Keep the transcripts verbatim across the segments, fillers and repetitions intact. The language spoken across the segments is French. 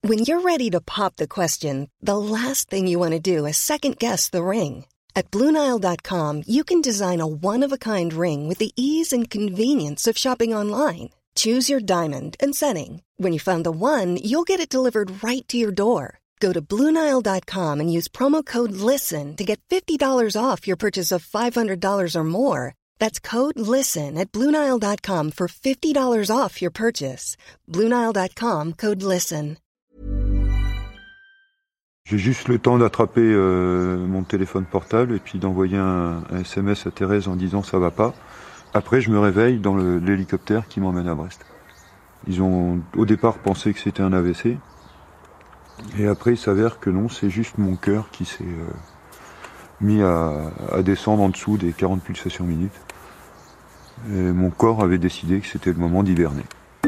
When you're ready to pop the question, the last thing you want to do is second-guess the ring. At Blue Nile dot com, you can design a one-of-a-kind ring with the ease and convenience of shopping online. Choose your diamond and setting. When you find the one, you'll get it delivered right to your door. Go to Blue Nile dot com and use promo code LISTEN to get fifty dollars off your purchase of five hundred dollars or more. That's code LISTEN at Blue Nile dot com for fifty dollars off your purchase. Blue Nile dot com, code LISTEN. J'ai juste le temps d'attraper euh, mon téléphone portable et puis d'envoyer un, un S M S à Thérèse en disant ça va pas. Après, je me réveille dans le, l'hélicoptère qui m'emmène à Brest. Ils ont au départ pensé que c'était un A V C. Et après, il s'avère que non, c'est juste mon cœur qui s'est euh, mis à, à descendre en dessous des quarante pulsations minutes. Et mon corps avait décidé que c'était le moment d'hiberner.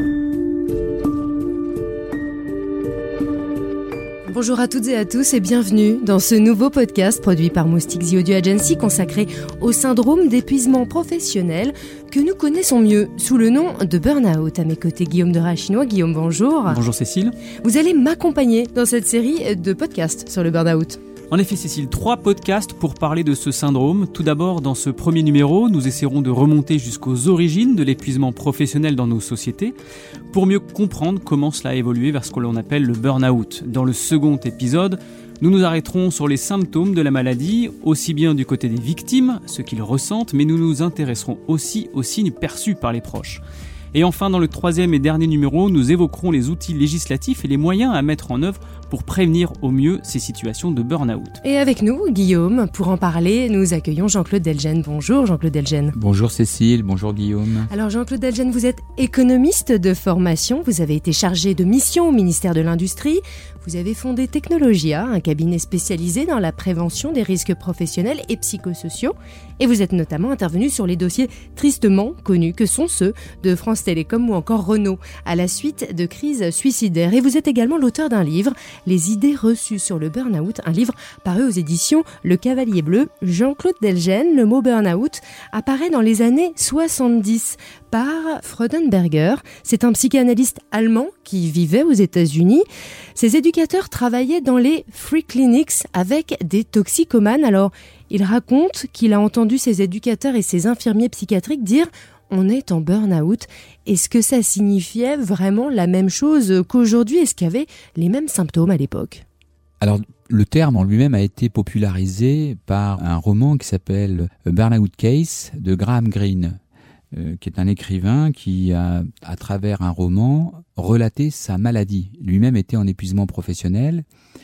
Bonjour à toutes et à tous et bienvenue dans ce nouveau podcast produit par Moustique The Audio Agency consacré au syndrome d'épuisement professionnel que nous connaissons mieux sous le nom de burn-out. À mes côtés, Guillaume de Rachinois. Guillaume, bonjour. Bonjour Cécile. Vous allez m'accompagner dans cette série de podcasts sur le burn-out. En effet Cécile, trois podcasts pour parler de ce syndrome. Tout d'abord, dans ce premier numéro, nous essaierons de remonter jusqu'aux origines de l'épuisement professionnel dans nos sociétés pour mieux comprendre comment cela a évolué vers ce que l'on appelle le burn-out. Dans le second épisode, nous nous arrêterons sur les symptômes de la maladie, aussi bien du côté des victimes, ce qu'ils ressentent, mais nous nous intéresserons aussi aux signes perçus par les proches. Et enfin, dans le troisième et dernier numéro, nous évoquerons les outils législatifs et les moyens à mettre en œuvre pour prévenir au mieux ces situations de burn-out. Et avec nous, Guillaume, pour en parler, nous accueillons Jean-Claude Delgen. Bonjour Jean-Claude Delgen. Bonjour Cécile, bonjour Guillaume. Alors Jean-Claude Delgen, vous êtes économiste de formation, vous avez été chargé de mission au ministère de l'Industrie, vous avez fondé Technologia, un cabinet spécialisé dans la prévention des risques professionnels et psychosociaux, et vous êtes notamment intervenu sur les dossiers tristement connus que sont ceux de France Télécom ou encore Renault, à la suite de crises suicidaires. Et vous êtes également l'auteur d'un livre, Les idées reçues sur le burn-out, un livre paru aux éditions Le Cavalier Bleu. Jean-Claude Delgen, le mot burn-out apparaît dans les années soixante-dix par Freudenberger. C'est un psychanalyste allemand qui vivait aux États-Unis. Ses éducateurs travaillaient dans les free clinics avec des toxicomanes. Alors, il raconte qu'il a entendu ses éducateurs et ses infirmiers psychiatriques dire « on est en burn-out ». Est-ce que ça signifiait vraiment la même chose qu'aujourd'hui ? Est-ce qu'il y avait les mêmes symptômes à l'époque ? Alors, le terme en lui-même a été popularisé par un roman qui s'appelle « Burnout Case » de Graham Greene, euh, qui est un écrivain qui a, à travers un roman, relaté sa maladie. Lui-même était en épuisement professionnel.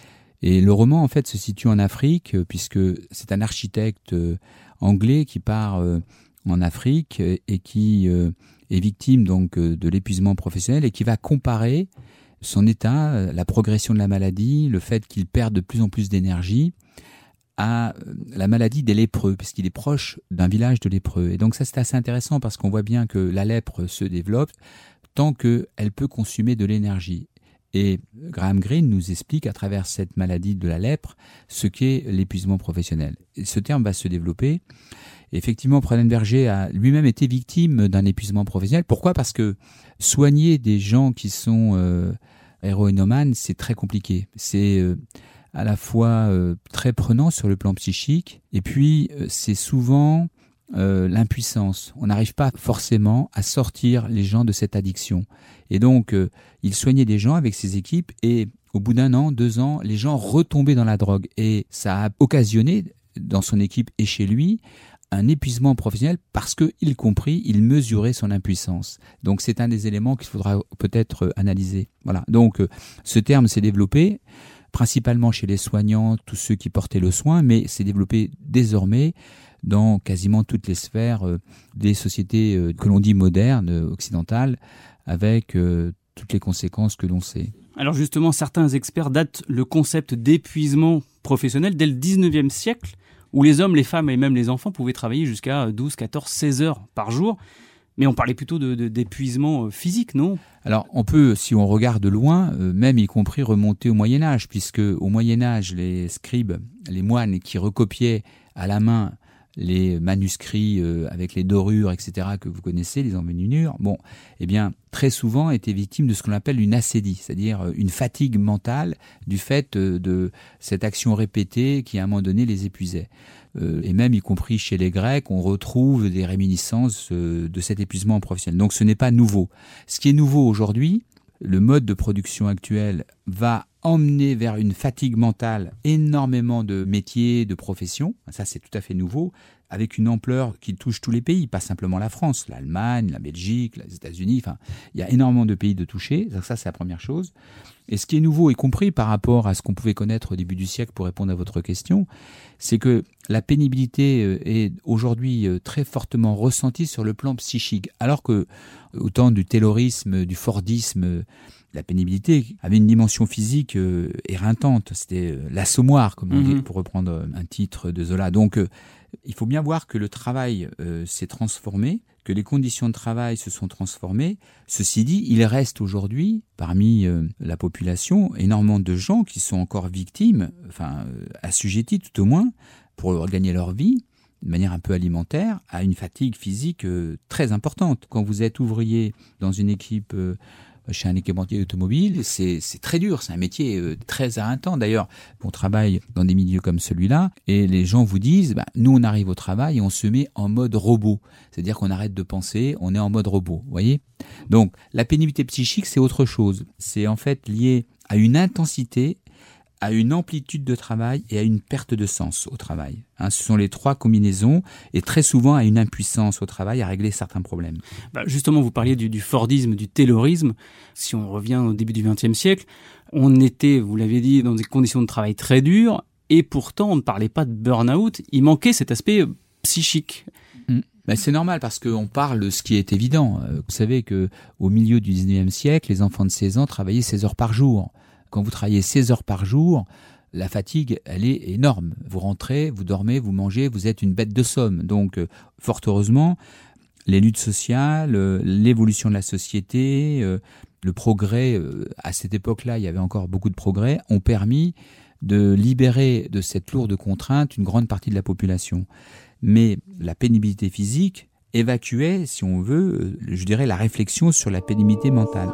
Et le roman, en fait, se situe en Afrique, puisque c'est un architecte euh, anglais qui part euh, en Afrique et qui euh, est victime donc euh, de l'épuisement professionnel et qui va comparer son état, euh, la progression de la maladie, le fait qu'il perd de plus en plus d'énergie à euh, la maladie des lépreux, puisqu'il est proche d'un village de lépreux. Et donc ça, c'est assez intéressant parce qu'on voit bien que la lèpre se développe tant qu'elle peut consommer de l'énergie. Et Graham Greene nous explique à travers cette maladie de la lèpre ce qu'est l'épuisement professionnel. Et ce terme va se développer. Effectivement, Freudenberger a lui-même été victime d'un épuisement professionnel. Pourquoi ? Parce que soigner des gens qui sont euh, héroïnomanes, c'est très compliqué. C'est euh, à la fois euh, très prenant sur le plan psychique, et puis euh, c'est souvent euh, l'impuissance. On n'arrive pas forcément à sortir les gens de cette addiction. Et donc, euh, il soignait des gens avec ses équipes, et au bout d'un an, deux ans, les gens retombaient dans la drogue. Et ça a occasionné, dans son équipe et chez lui, un épuisement professionnel parce que, il comprit, il mesurait son impuissance. Donc c'est un des éléments qu'il faudra peut-être analyser. Voilà. Donc ce terme s'est développé principalement chez les soignants, tous ceux qui portaient le soin, mais s'est développé désormais dans quasiment toutes les sphères euh, des sociétés euh, que l'on dit modernes, euh, occidentales, avec euh, toutes les conséquences que l'on sait. Alors justement, certains experts datent le concept d'épuisement professionnel dès le dix-neuvième siècle, où les hommes, les femmes et même les enfants pouvaient travailler jusqu'à douze, quatorze, seize heures par jour. Mais on parlait plutôt de, de, d'épuisement physique, non ? Alors on peut, si on regarde loin, euh, même y compris remonter au Moyen-Âge, puisque au Moyen-Âge, les scribes, les moines qui recopiaient à la main les manuscrits euh, avec les dorures, et cetera, que vous connaissez, les envenenures, bon, eh bien, très souvent étaient victimes de ce qu'on appelle une acédie, c'est-à-dire une fatigue mentale du fait de, de cette action répétée qui, à un moment donné, les épuisait. Euh, et même, y compris chez les Grecs, on retrouve des réminiscences euh, de cet épuisement professionnel. Donc, ce n'est pas nouveau. Ce qui est nouveau aujourd'hui, le mode de production actuel va emmener vers une fatigue mentale énormément de métiers, de professions. Ça, c'est tout à fait nouveau, avec une ampleur qui touche tous les pays, pas simplement la France, l'Allemagne, la Belgique, les États-Unis. Enfin, il y a énormément de pays de toucher. Ça, c'est la première chose. Et ce qui est nouveau, y compris par rapport à ce qu'on pouvait connaître au début du siècle, pour répondre à votre question, c'est que la pénibilité est aujourd'hui très fortement ressentie sur le plan psychique. Alors que, au temps du taylorisme, du fordisme, la pénibilité avait une dimension physique euh, éreintante. C'était euh, l'assommoir, comme on dit, mmh. pour reprendre un titre de Zola. Donc, euh, il faut bien voir que le travail euh, s'est transformé, que les conditions de travail se sont transformées. Ceci dit, il reste aujourd'hui, parmi euh, la population, énormément de gens qui sont encore victimes, enfin euh, assujettis tout au moins, pour gagner leur vie, de manière un peu alimentaire, à une fatigue physique euh, très importante. Quand vous êtes ouvrier dans une équipe... Euh, chez un équipementier automobile, c'est, c'est très dur, c'est un métier euh, très éreintant. D'ailleurs, on travaille dans des milieux comme celui-là, et les gens vous disent, bah, nous on arrive au travail et on se met en mode robot. C'est-à-dire qu'on arrête de penser, on est en mode robot, vous voyez ? Donc, la pénibilité psychique, c'est autre chose. C'est en fait lié à une intensité, à une amplitude de travail et à une perte de sens au travail. Hein, ce sont les trois combinaisons, et très souvent à une impuissance au travail à régler certains problèmes. Bah justement, vous parliez du, du fordisme, du taylorisme. Si on revient au début du vingtième siècle, on était, vous l'avez dit, dans des conditions de travail très dures, et pourtant on ne parlait pas de burn-out. Il manquait cet aspect psychique. Mmh. Ben c'est normal, parce qu'on parle de ce qui est évident. Vous savez qu'au milieu du dix-neuvième siècle, les enfants de seize ans travaillaient seize heures par jour. Quand vous travaillez seize heures par jour, la fatigue, elle est énorme. Vous rentrez, vous dormez, vous mangez, vous êtes une bête de somme. Donc, euh, fort heureusement, les luttes sociales, euh, l'évolution de la société, euh, le progrès, euh, à cette époque-là, il y avait encore beaucoup de progrès, ont permis de libérer de cette lourde contrainte une grande partie de la population. Mais la pénibilité physique évacuait, si on veut, euh, je dirais, la réflexion sur la pénibilité mentale.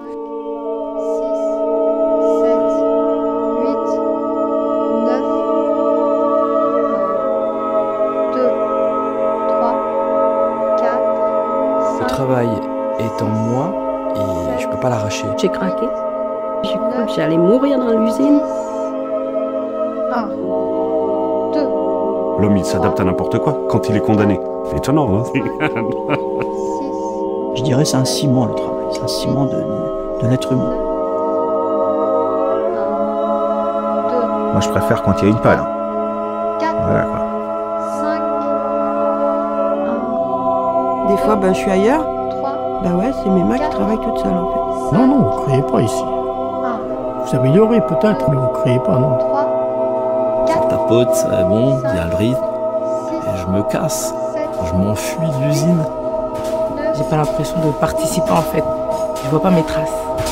Le travail est en moi et je peux pas l'arracher. J'ai craqué. J'ai cru que j'allais mourir dans l'usine. Un, deux. L'homme, il s'adapte à n'importe quoi quand il est condamné. C'est étonnant, hein. Je dirais c'est un ciment, le travail. C'est un ciment de, de l'être humain. Moi, je préfère quand il y a une palle. Voilà, quoi. Des fois, ben, je suis ailleurs. Ben ouais, c'est mes mains qui travaillent toutes seules, en fait. Non, non, vous ne créez pas ici. Vous améliorez peut-être, mais vous ne créez pas, non. Ça tapote, ça est bon, il y a le rythme. Et je me casse. Je m'enfuis de l'usine. J'ai pas l'impression de participer, en fait. Je vois pas mes traces.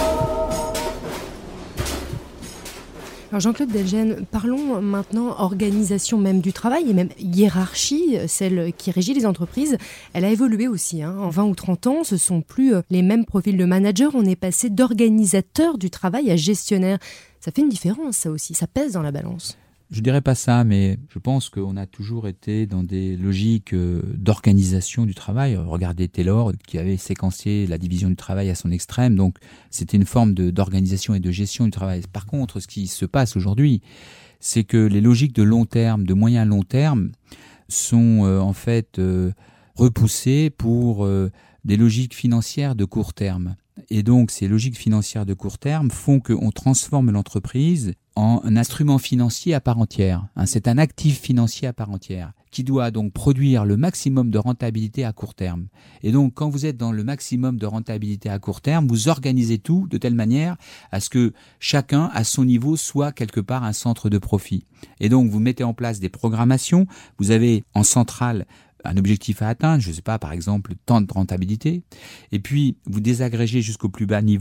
Alors Jean-Claude Delgen, parlons maintenant organisation même du travail et même hiérarchie, celle qui régit les entreprises. Elle a évolué aussi. Hein. En vingt ou trente ans, ce sont plus les mêmes profils de managers. On est passé d'organisateur du travail à gestionnaire. Ça fait une différence, ça aussi. Ça pèse dans la balance. Je dirais pas ça, mais je pense qu'on a toujours été dans des logiques d'organisation du travail. Regardez Taylor, qui avait séquencé la division du travail à son extrême. Donc, c'était une forme de, d'organisation et de gestion du travail. Par contre, ce qui se passe aujourd'hui, c'est que les logiques de long terme, de moyen long terme, sont euh, en fait euh, repoussées pour euh, des logiques financières de court terme. Et donc, ces logiques financières de court terme font qu'on transforme l'entreprise en un instrument financier à part entière. C'est un actif financier à part entière qui doit donc produire le maximum de rentabilité à court terme. Et donc, quand vous êtes dans le maximum de rentabilité à court terme, vous organisez tout de telle manière à ce que chacun, à son niveau, soit quelque part un centre de profit. Et donc, vous mettez en place des programmations. Vous avez en centrale un objectif à atteindre, je ne sais pas, par exemple, tant de rentabilité. Et puis, vous désagrégez jusqu'au plus bas niveau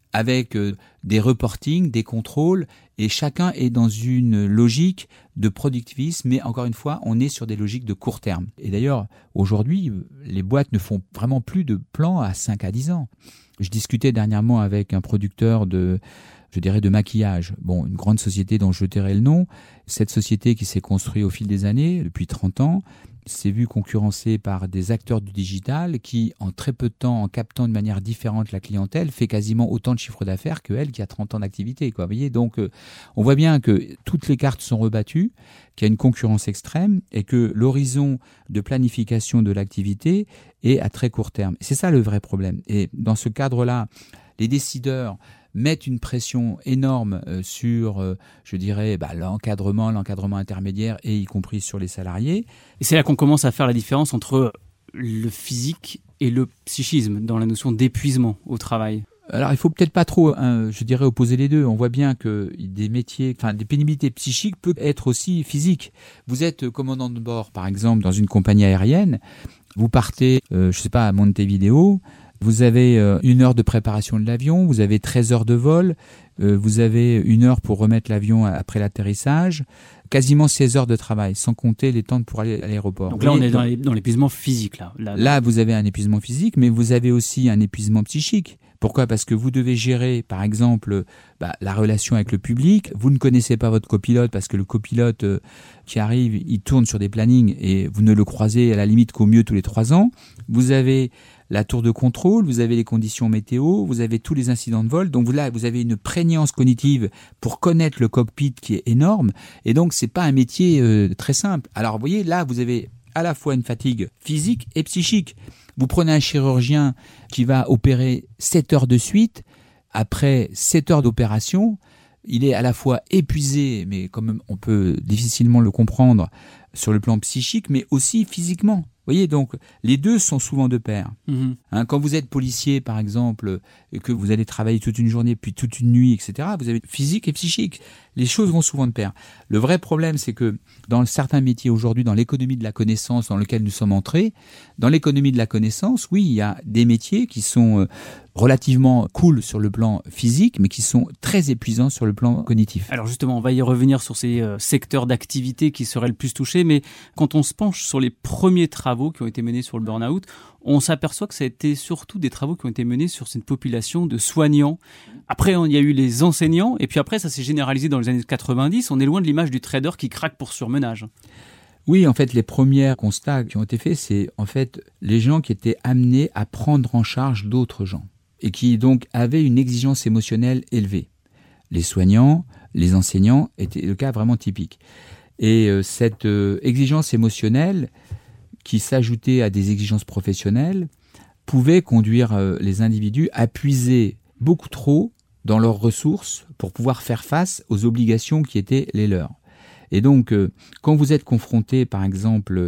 avec euh, des reportings, des contrôles, et chacun est dans une logique de productivisme, mais encore une fois, on est sur des logiques de court terme. Et d'ailleurs, aujourd'hui, les boîtes ne font vraiment plus de plans à cinq à dix ans. Je discutais dernièrement avec un producteur de, je dirais, de maquillage. Bon, une grande société dont je tairai le nom. Cette société qui s'est construite au fil des années, depuis trente ans, s'est vue concurrencée par des acteurs du digital qui, en très peu de temps, en captant de manière différente la clientèle, fait quasiment autant de chiffre d'affaires que elle qui a trente ans d'activité, quoi. Vous voyez, donc, euh, on voit bien que toutes les cartes sont rebattues, qu'il y a une concurrence extrême et que l'horizon de planification de l'activité est à très court terme. C'est ça le vrai problème. Et dans ce cadre-là, les décideurs mettent une pression énorme euh, sur, euh, je dirais, bah, l'encadrement, l'encadrement intermédiaire et y compris sur les salariés. Et c'est là qu'on commence à faire la différence entre le physique et le psychisme dans la notion d'épuisement au travail. Alors, il faut peut-être pas trop, hein, je dirais, opposer les deux. On voit bien que des métiers, enfin, des pénibilités psychiques peuvent être aussi physiques. Vous êtes commandant de bord, par exemple, dans une compagnie aérienne. Vous partez, euh, je sais pas, à Montevideo. Vous avez euh, une heure de préparation de l'avion, vous avez treize heures de vol, euh, vous avez une heure pour remettre l'avion après l'atterrissage, quasiment seize heures de travail, sans compter les temps pour aller à l'aéroport. Donc là, on est dans, les, dans l'épuisement physique. Là. Là, là, vous avez un épuisement physique, mais vous avez aussi un épuisement psychique. Pourquoi ? Parce que vous devez gérer, par exemple, bah, la relation avec le public. Vous ne connaissez pas votre copilote parce que le copilote euh, qui arrive, il tourne sur des plannings et vous ne le croisez à la limite qu'au mieux tous les trois ans. Vous avez la tour de contrôle, vous avez les conditions météo, vous avez tous les incidents de vol. Donc là, vous avez une prégnance cognitive pour connaître le cockpit qui est énorme. Et donc, c'est pas un métier euh, très simple. Alors, vous voyez, là, vous avez à la fois une fatigue physique et psychique. Vous prenez un chirurgien qui va opérer sept heures de suite. Après sept heures d'opération, il est à la fois épuisé, mais quand même, on peut difficilement le comprendre sur le plan psychique, mais aussi physiquement. Vous voyez, donc, les deux sont souvent de pair. Mmh. Hein, quand vous êtes policier, par exemple, et que vous allez travailler toute une journée, puis toute une nuit, et cetera, vous avez physique et psychique. Les choses vont souvent de pair. Le vrai problème, c'est que dans certains métiers aujourd'hui, dans l'économie de la connaissance dans lequel nous sommes entrés, dans l'économie de la connaissance, oui, il y a des métiers qui sont euh, relativement cool sur le plan physique, mais qui sont très épuisants sur le plan cognitif. Alors justement, on va y revenir sur ces euh, secteurs d'activité qui seraient le plus touchés, mais quand on se penche sur les premiers travaux qui ont été menés sur le burn-out, on s'aperçoit que ça a été surtout des travaux qui ont été menés sur cette population de soignants. Après, il y a eu les enseignants, et puis après, ça s'est généralisé dans les années quatre-vingt-dix. On est loin de l'image du trader qui craque pour surmenage. Oui, en fait, les premiers constats qui ont été faits, c'est en fait les gens qui étaient amenés à prendre en charge d'autres gens et qui donc avaient une exigence émotionnelle élevée. Les soignants, les enseignants étaient le cas vraiment typique. Et euh, cette euh, exigence émotionnelle qui s'ajoutait à des exigences professionnelles pouvait conduire euh, les individus à puiser beaucoup trop dans leurs ressources pour pouvoir faire face aux obligations qui étaient les leurs. Et donc, euh, quand vous êtes confronté, par exemple,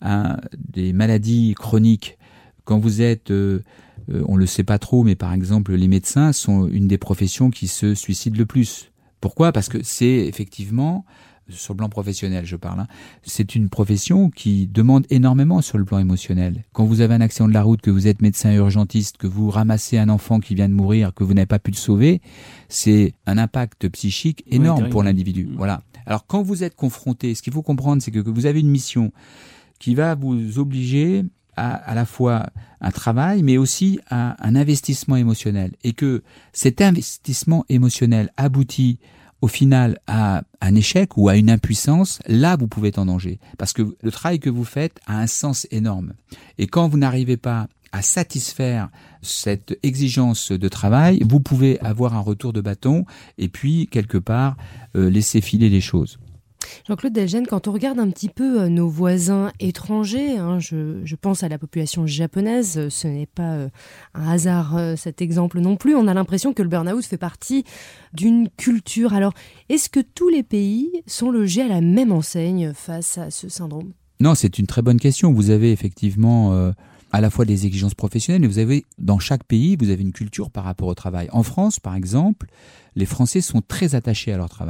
à des maladies chroniques, quand vous êtes, euh, euh, on le sait pas trop, mais par exemple, les médecins sont une des professions qui se suicident le plus. Pourquoi ? Parce que c'est effectivement, sur le plan professionnel, je parle, hein, c'est une profession qui demande énormément sur le plan émotionnel. Quand vous avez un accident de la route, que vous êtes médecin urgentiste, que vous ramassez un enfant qui vient de mourir, que vous n'avez pas pu le sauver, c'est un impact psychique énorme oui, pour l'individu. Mmh. Voilà. Alors, quand vous êtes confronté, ce qu'il faut comprendre, c'est que, que vous avez une mission qui va vous obliger à, à la fois un travail, mais aussi à un investissement émotionnel. Et que cet investissement émotionnel aboutit au final à un échec ou à une impuissance, là vous pouvez être en danger. Parce que le travail que vous faites a un sens énorme. Et quand vous n'arrivez pas à satisfaire cette exigence de travail, vous pouvez avoir un retour de bâton et puis quelque part euh, laisser filer les choses. Jean-Claude Delgenne, quand on regarde un petit peu nos voisins étrangers, hein, je, je pense à la population japonaise, ce n'est pas euh, un hasard euh, cet exemple non plus, on a l'impression que le burn-out fait partie d'une culture. Alors, est-ce que tous les pays sont logés à la même enseigne face à ce syndrome ? Non, c'est une très bonne question. Vous avez effectivement euh, à la fois des exigences professionnelles, mais vous avez, dans chaque pays, vous avez une culture par rapport au travail. En France, par exemple, les Français sont très attachés à leur travail.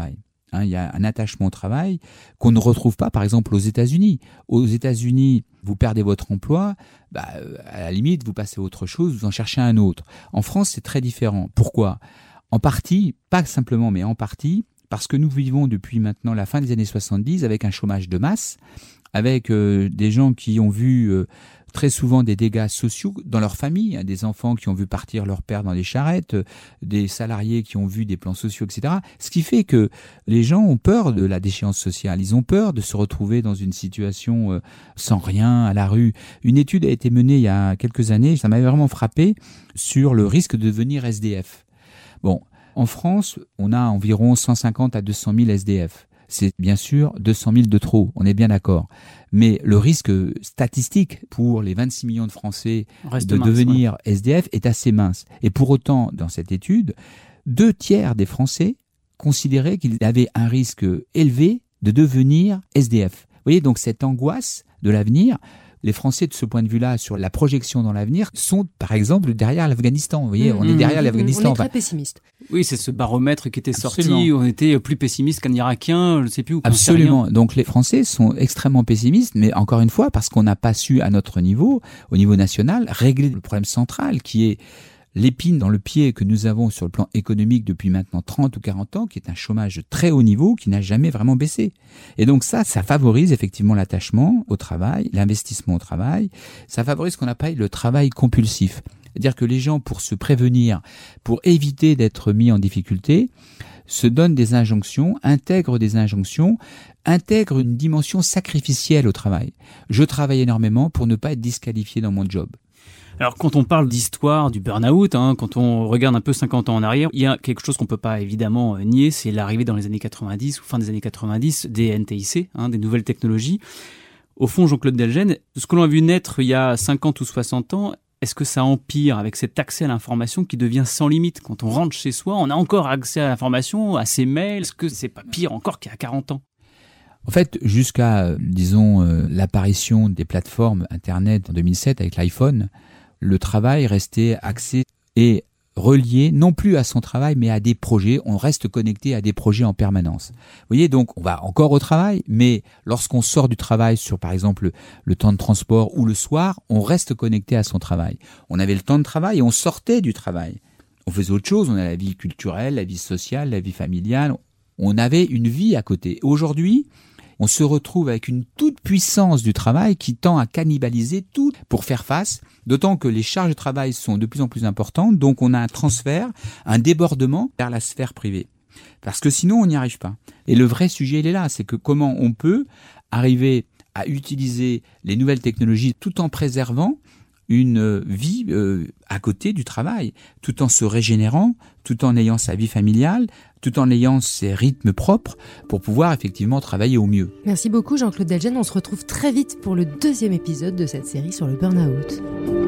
Hein, il y a un attachement au travail qu'on ne retrouve pas, par exemple, aux États-Unis. Aux États-Unis, vous perdez votre emploi, bah, à la limite, vous passez à autre chose, vous en cherchez un autre. En France, c'est très différent. Pourquoi ? En partie, pas simplement, mais en partie, parce que nous vivons depuis maintenant la fin des années soixante-dix avec un chômage de masse, avec euh, des gens qui ont vu euh, très souvent des dégâts sociaux dans leur famille, hein, des enfants qui ont vu partir leur père dans des charrettes, euh, des salariés qui ont vu des plans sociaux, et cetera. Ce qui fait que les gens ont peur de la déchéance sociale, ils ont peur de se retrouver dans une situation euh, sans rien, à la rue. Une étude a été menée il y a quelques années, ça m'avait vraiment frappé, sur le risque de devenir S D F. Bon, en France, on a environ cent cinquante à deux cent mille S D F. C'est bien sûr deux cent mille de trop, on est bien d'accord. Mais le risque statistique pour les vingt-six millions de Français Reste de mince, devenir ouais. S D F est assez mince. Et pour autant, dans cette étude, deux tiers des Français considéraient qu'ils avaient un risque élevé de devenir S D F. Vous voyez, donc cette angoisse de l'avenir, les Français, de ce point de vue-là, sur la projection dans l'avenir, sont, par exemple, derrière l'Afghanistan. Vous voyez, mmh, on est derrière mmh, l'Afghanistan. On est très pessimiste. Oui, c'est ce baromètre qui était Absolument. sorti, on était plus pessimiste qu'un Irakien, je ne sais plus où. Absolument. Donc les Français sont extrêmement pessimistes, mais encore une fois, parce qu'on n'a pas su, à notre niveau, au niveau national, régler le problème central, qui est l'épine dans le pied que nous avons sur le plan économique depuis maintenant trente ou quarante ans, qui est un chômage de très haut niveau qui n'a jamais vraiment baissé. Et donc ça, ça favorise effectivement l'attachement au travail, l'investissement au travail. Ça favorise ce qu'on appelle le travail compulsif. C'est-à-dire que les gens, pour se prévenir, pour éviter d'être mis en difficulté, se donnent des injonctions, intègrent des injonctions, intègrent une dimension sacrificielle au travail. Je travaille énormément pour ne pas être disqualifié dans mon job. Alors quand on parle d'histoire du burn-out, hein, quand on regarde un peu cinquante ans en arrière, il y a quelque chose qu'on peut pas évidemment nier, c'est l'arrivée dans les années quatre-vingt-dix ou fin des années quatre-vingt-dix des N T I C, hein, des nouvelles technologies. Au fond, Jean-Claude Delgen, ce que l'on a vu naître il y a cinquante ou soixante ans, est-ce que ça empire avec cet accès à l'information qui devient sans limite ? Quand on rentre chez soi, on a encore accès à l'information, à ses mails. Est-ce que c'est pas pire encore qu'il y a quarante ans ? En fait, jusqu'à, disons, euh, l'apparition des plateformes Internet en deux mille sept avec l'iPhone, le travail restait axé et relié non plus à son travail, mais à des projets. On reste connecté à des projets en permanence. Vous voyez, donc on va encore au travail, mais lorsqu'on sort du travail sur, par exemple, le temps de transport ou le soir, on reste connecté à son travail. On avait le temps de travail et on sortait du travail. On faisait autre chose, on a la vie culturelle, la vie sociale, la vie familiale. On avait une vie à côté. Aujourd'hui, on se retrouve avec une toute puissance du travail qui tend à cannibaliser tout pour faire face, d'autant que les charges de travail sont de plus en plus importantes, donc on a un transfert, un débordement vers la sphère privée. Parce que sinon, on n'y arrive pas. Et le vrai sujet, il est là, c'est que comment on peut arriver à utiliser les nouvelles technologies tout en préservant une vie euh, à côté du travail, tout en se régénérant, tout en ayant sa vie familiale, tout en ayant ses rythmes propres pour pouvoir effectivement travailler au mieux. Merci beaucoup Jean-Claude Delgen, on se retrouve très vite pour le deuxième épisode de cette série sur le burn-out.